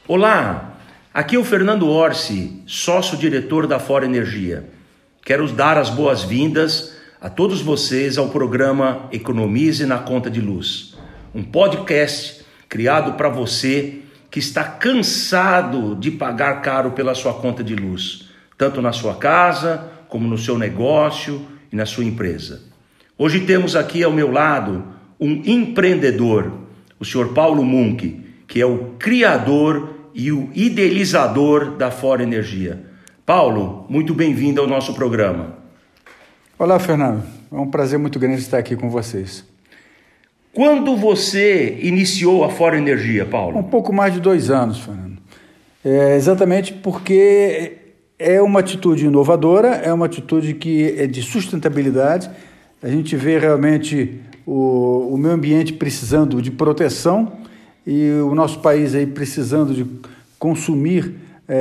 Olá, aqui é o Fernando Orsi, sócio-diretor da Fora Energia. Quero dar as boas-vindas a todos vocês ao programa Economize na Conta de Luz, um podcast criado para você que está cansado de pagar caro pela sua conta de luz, tanto na sua casa, como no seu negócio e na sua empresa. Hoje temos aqui ao meu lado um empreendedor, o Sr. Paulo Munk, que é o criador e o idealizador da Fora Energia. Paulo, muito bem-vindo ao nosso programa. Olá, Fernando. É um prazer muito grande estar aqui com vocês. Quando você iniciou a Fora Energia, Paulo? Um pouco mais de 2 anos, Fernando. Exatamente porque é uma atitude inovadora, é uma atitude que é de sustentabilidade. A gente vê realmente o meio ambiente precisando de proteção e o nosso país aí precisando de consumir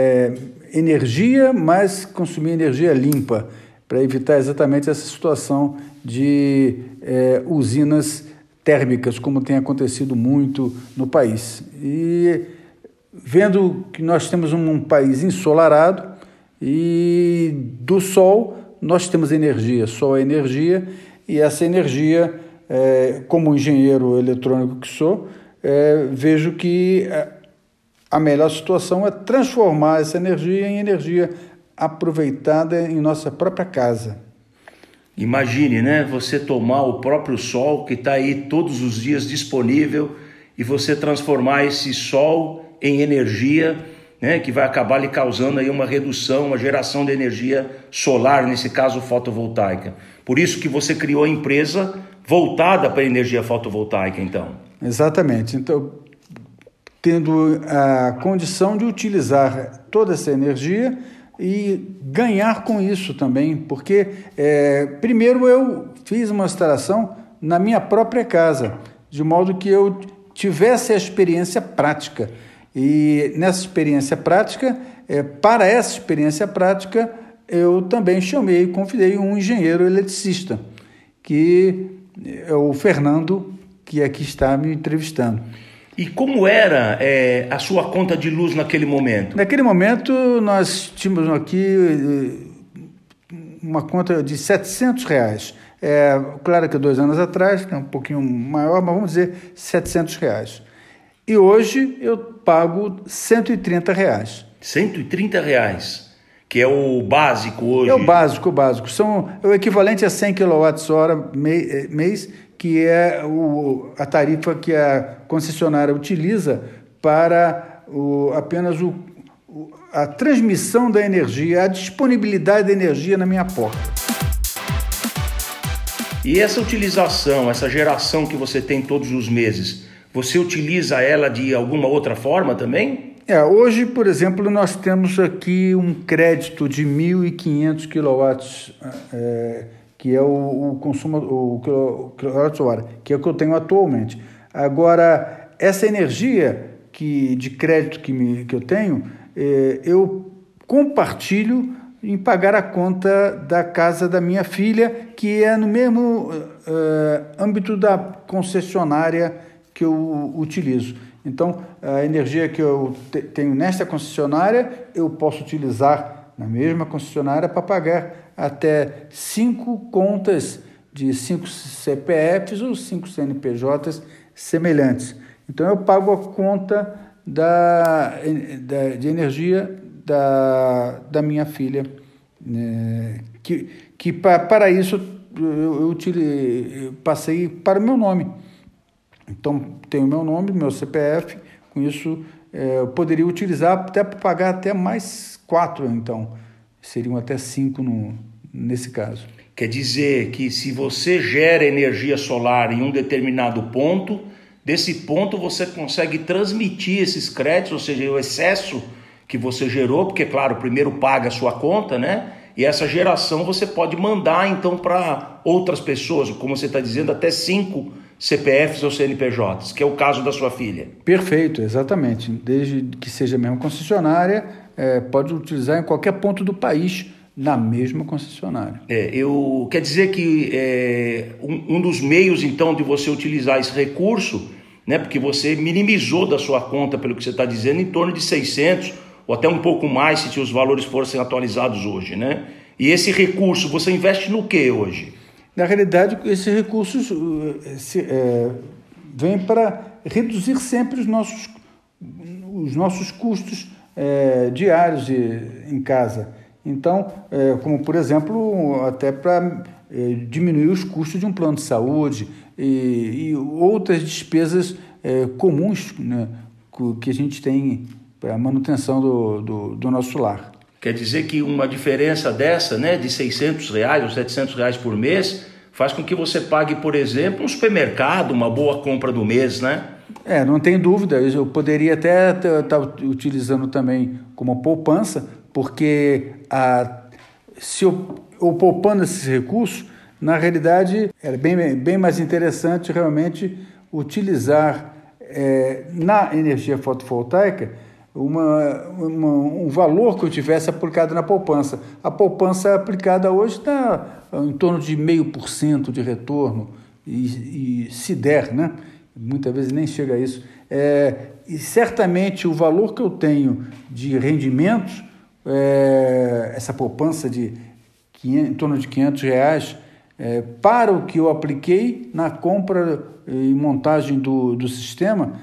energia, mas consumir energia limpa, para evitar exatamente essa situação de usinas térmicas, como tem acontecido muito no país. E vendo que nós temos um país ensolarado e do sol nós temos energia, sol é energia, e essa energia, como engenheiro eletrônico que sou, vejo que a melhor situação é transformar essa energia em energia aproveitada em nossa própria casa. Imagine, né? Você tomar o próprio sol que está aí todos os dias disponível e você transformar esse sol em energia, né? Que vai acabar lhe causando aí uma redução, uma geração de energia solar, nesse caso fotovoltaica. Por isso que você criou a empresa voltada para a energia fotovoltaica, então. Exatamente. Então, tendo a condição de utilizar toda essa energia e ganhar com isso também, porque primeiro eu fiz uma instalação na minha própria casa, de modo que eu tivesse a experiência prática. E nessa experiência prática, para essa experiência prática, eu também convidei um engenheiro eletricista, que é o Fernando, que aqui está me entrevistando. E como era a sua conta de luz naquele momento? Naquele momento, nós tínhamos aqui uma conta de R$700. Claro que 2 anos atrás, que é um pouquinho maior, mas vamos dizer R$700. E hoje eu pago R$130. R$130, que é o básico hoje? É o básico. É o equivalente a 100 kWh mês, que é a tarifa que a concessionária utiliza para apenas a transmissão da energia, a disponibilidade da energia na minha porta. E essa utilização, essa geração que você tem todos os meses, você utiliza ela de alguma outra forma também? Hoje, por exemplo, nós temos aqui um crédito de 1.500 kW, que é o consumo, o quilowatt-hora, que é o que eu tenho atualmente. Agora, essa energia de crédito que eu tenho, eu compartilho em pagar a conta da casa da minha filha, que é no mesmo âmbito da concessionária que eu utilizo. Então, a energia que eu tenho nesta concessionária, eu posso utilizar na mesma concessionária para pagar até 5 contas de 5 CPFs ou 5 CNPJs semelhantes. Então, eu pago a conta de energia da minha filha, que para isso eu passei para o meu nome. Então, tenho meu nome, meu CPF, com isso eu poderia utilizar até para pagar até mais 4, então, seriam até 5 nesse caso. Quer dizer que se você gera energia solar em um determinado ponto, desse ponto você consegue transmitir esses créditos, ou seja, o excesso que você gerou, porque, claro, primeiro paga a sua conta, né? E essa geração você pode mandar, então, para outras pessoas, como você está dizendo, até 5 CPFs ou CNPJs, que é o caso da sua filha. Perfeito, exatamente. Desde que seja a mesma concessionária, pode utilizar em qualquer ponto do país, na mesma concessionária. Quer dizer que um dos meios, então, de você utilizar esse recurso né? Porque você minimizou da sua conta, pelo que você está dizendo, em torno de 600 ou até um pouco mais se os valores fossem atualizados hoje, né? E esse recurso, você investe no que hoje? Na realidade, esses recursos vêm para reduzir sempre os nossos custos diários em casa. Então, como por exemplo, até para diminuir os custos de um plano de saúde e outras despesas comuns, né, que a gente tem para a manutenção do nosso lar. Quer dizer que uma diferença dessa, né, de R$600 ou R$700 por mês, faz com que você pague, por exemplo, um supermercado, uma boa compra do mês, né? Não tem dúvida. Eu poderia até estar utilizando também como poupança, porque se eu poupando esses recursos, na realidade, era bem mais interessante realmente utilizar na energia fotovoltaica um valor que eu tivesse aplicado na poupança. A poupança aplicada hoje está em torno de 0,5% de retorno, e se der, né? Muitas vezes nem chega a isso. E certamente o valor que eu tenho de rendimentos, essa poupança em torno de R$500, para o que eu apliquei na compra e montagem do sistema,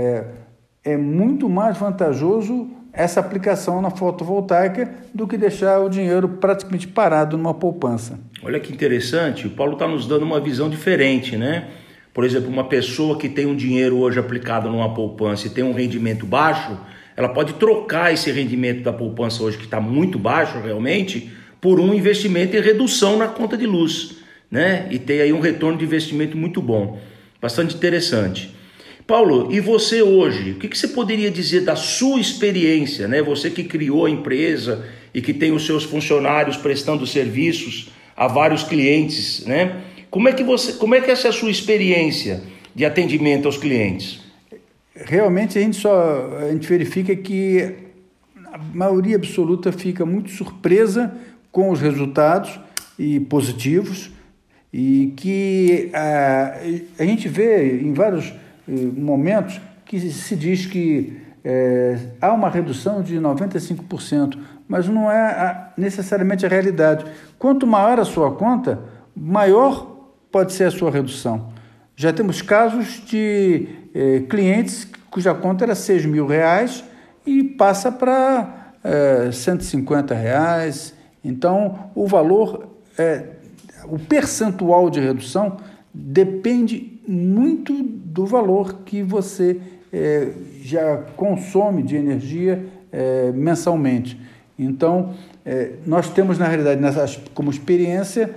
é muito mais vantajoso essa aplicação na fotovoltaica do que deixar o dinheiro praticamente parado numa poupança. Olha que interessante, o Paulo está nos dando uma visão diferente, né? Por exemplo, uma pessoa que tem um dinheiro hoje aplicado numa poupança e tem um rendimento baixo, ela pode trocar esse rendimento da poupança hoje, que está muito baixo realmente, por um investimento em redução na conta de luz, né? E ter aí um retorno de investimento muito bom, bastante interessante. Paulo, e você hoje, o que você poderia dizer da sua experiência, né? Você que criou a empresa e que tem os seus funcionários prestando serviços a vários clientes, né? Como é que essa é a sua experiência de atendimento aos clientes? Realmente a gente verifica que a maioria absoluta fica muito surpresa com os resultados e positivos, e que a gente vê em vários momentos que se diz que há uma redução de 95%, mas não é necessariamente a realidade. Quanto maior a sua conta, maior pode ser a sua redução. Já temos casos de clientes cuja conta era R$6.000 e passa para R$150. Então, o valor, o percentual de redução depende muito do valor que você já consome de energia mensalmente. Então, nós temos, na realidade, como experiência,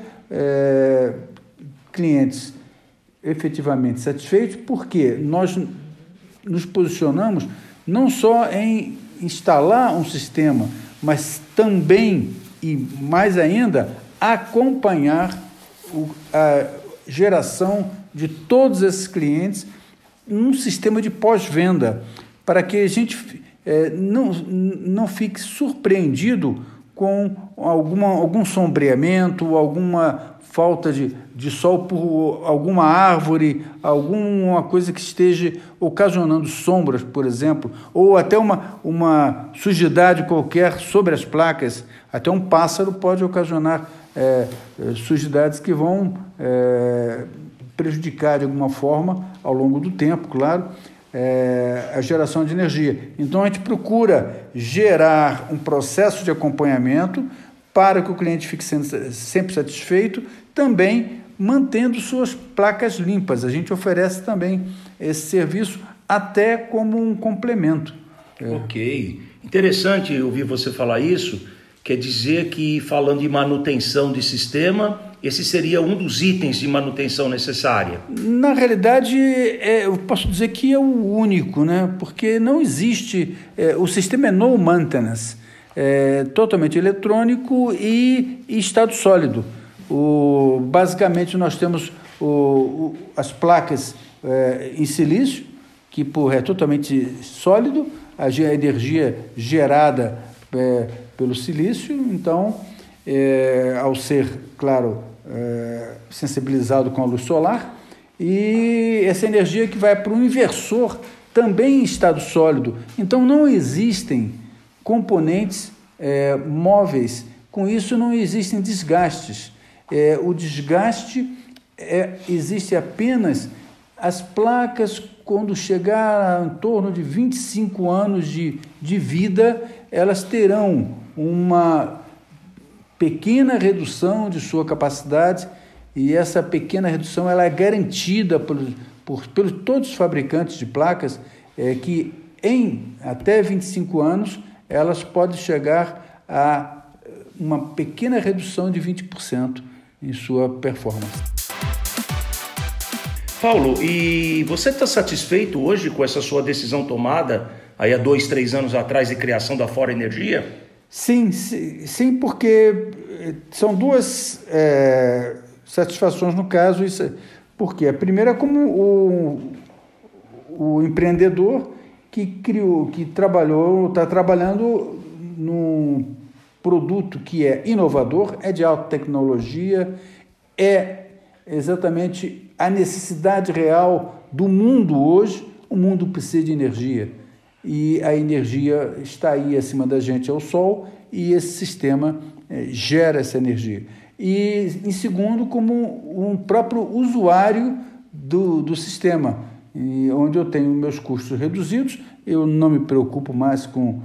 clientes efetivamente satisfeitos, porque nós nos posicionamos não só em instalar um sistema, mas também, e mais ainda, acompanhar a geração de todos esses clientes num sistema de pós-venda, para que a gente não fique surpreendido com algum sombreamento, alguma falta de sol por alguma árvore, alguma coisa que esteja ocasionando sombras, por exemplo, ou até uma sujidade qualquer sobre as placas. Até um pássaro pode ocasionar sujidades que vão prejudicar de alguma forma, ao longo do tempo, claro, a geração de energia. Então, a gente procura gerar um processo de acompanhamento para que o cliente fique sempre satisfeito, também mantendo suas placas limpas. A gente oferece também esse serviço até como um complemento. Ok. Interessante ouvir você falar isso. Quer dizer que, falando de manutenção de sistema, esse seria um dos itens de manutenção necessária? Na realidade, eu posso dizer que é o único, né? Porque não existe... o sistema é no maintenance, totalmente eletrônico e estado sólido. Basicamente, nós temos as placas em silício, que é totalmente sólido, a energia gerada pelo silício. Então, ao ser, claro, sensibilizado com a luz solar, e essa energia que vai para o inversor também em estado sólido. Então não existem componentes móveis, com isso não existem desgastes. O desgaste existe apenas as placas, quando chegar em torno de 25 anos de vida, elas terão uma pequena redução de sua capacidade, e essa pequena redução ela é garantida por todos os fabricantes de placas, que em até 25 anos elas podem chegar a uma pequena redução de 20% em sua performance. Paulo, e você está satisfeito hoje com essa sua decisão tomada aí há 2, 3 anos atrás de criação da Fora Energia? Sim, porque são duas satisfações no caso. Porque a primeira é como o empreendedor que criou, que está trabalhando num produto que é inovador, é de alta tecnologia, é exatamente a necessidade real do mundo hoje. O mundo precisa de energia, e a energia está aí acima da gente, é o sol, e esse sistema gera essa energia. E, em segundo, como um próprio usuário do sistema, onde eu tenho meus custos reduzidos, eu não me preocupo mais com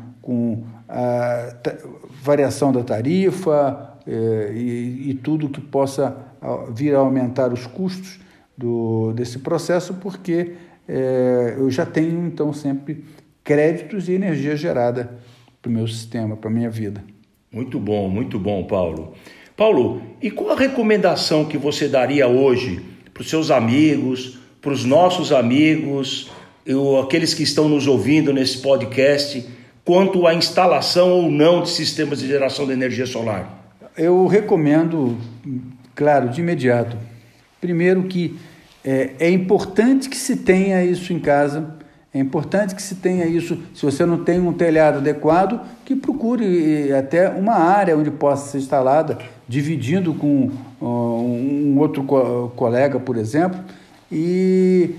a variação da tarifa e tudo que possa vir a aumentar os custos desse processo, porque eu já tenho, então, sempre créditos e energia gerada para o meu sistema, para a minha vida. Muito bom, Paulo. Paulo, e qual a recomendação que você daria hoje para os seus amigos, para os nossos amigos, aqueles que estão nos ouvindo nesse podcast, quanto à instalação ou não de sistemas de geração de energia solar? Eu recomendo, claro, de imediato. Primeiro que é importante que se tenha isso em casa, é importante que se tenha isso. Se você não tem um telhado adequado, que procure até uma área onde possa ser instalada, dividindo com um outro colega, por exemplo, e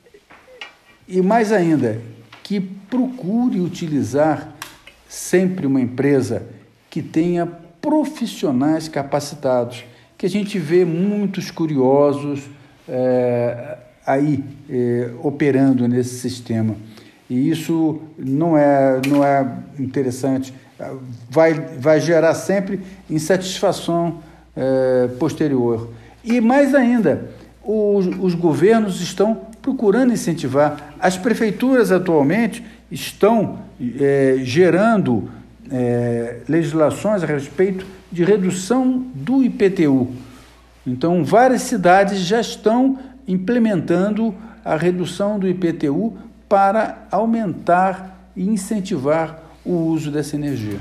mais ainda, que procure utilizar sempre uma empresa que tenha profissionais capacitados, que a gente vê muitos curiosos operando nesse sistema, e isso não é interessante, vai gerar sempre insatisfação posterior. E mais ainda, os governos estão procurando incentivar, as prefeituras atualmente estão gerando legislações a respeito de redução do IPTU. Então, várias cidades já estão implementando a redução do IPTU para aumentar e incentivar o uso dessa energia.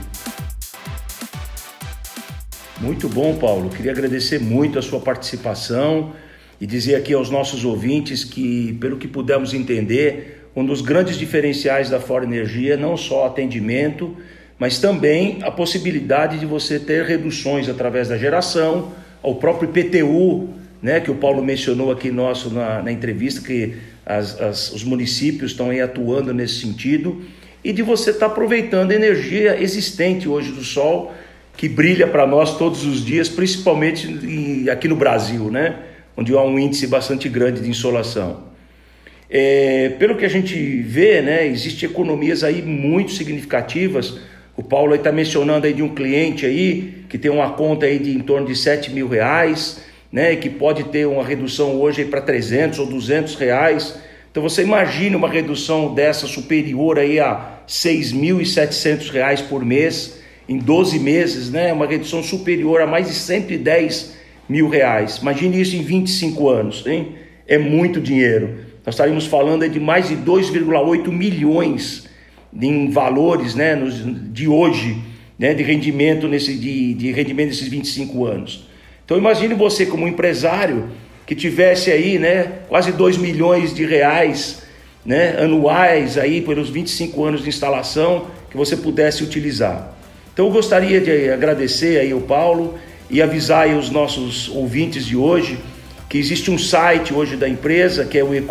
Muito bom, Paulo. Queria agradecer muito a sua participação e dizer aqui aos nossos ouvintes que, pelo que pudemos entender, um dos grandes diferenciais da Fora Energia é não só atendimento, mas também a possibilidade de você ter reduções através da geração, ao próprio IPTU, né, que o Paulo mencionou aqui na entrevista, que os municípios estão aí atuando nesse sentido, e de você estar aproveitando a energia existente hoje do sol, que brilha para nós todos os dias, principalmente aqui no Brasil, né, onde há um índice bastante grande de insolação. Pelo que a gente vê, né, existem economias aí muito significativas. O Paulo está mencionando aí de um cliente aí que tem uma conta aí de em torno de R$7 mil, né, que pode ter uma redução hoje para R$300 ou R$200. Então você imagina uma redução dessa superior aí a R$6.700 por mês em 12 meses, né, uma redução superior a mais de R$110 mil. Imagine isso em 25 anos, hein? É muito dinheiro. Nós estaríamos falando aí de mais de 2,8 milhões em valores, né, de hoje, né, de rendimento de rendimento nesses 25 anos. Então imagine você como empresário que tivesse aí, né, quase R$2 milhões, né, anuais aí pelos 25 anos de instalação que você pudesse utilizar. Então eu gostaria de agradecer aí ao Paulo e avisar aí os nossos ouvintes de hoje que existe um site hoje da empresa que é o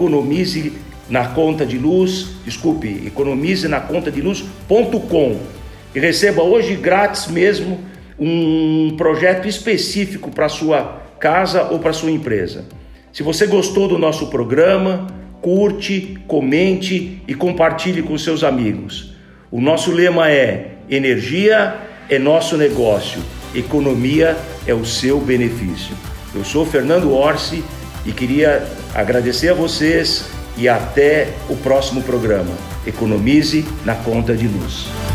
economizenacontadeluz.com, e receba hoje grátis mesmo um projeto específico para sua casa ou para sua empresa. Se você gostou do nosso programa, curte, comente e compartilhe com seus amigos. O nosso lema é: energia é nosso negócio, economia é o seu benefício. Eu sou Fernando Orsi e queria agradecer a vocês e até o próximo programa. Economize na conta de luz.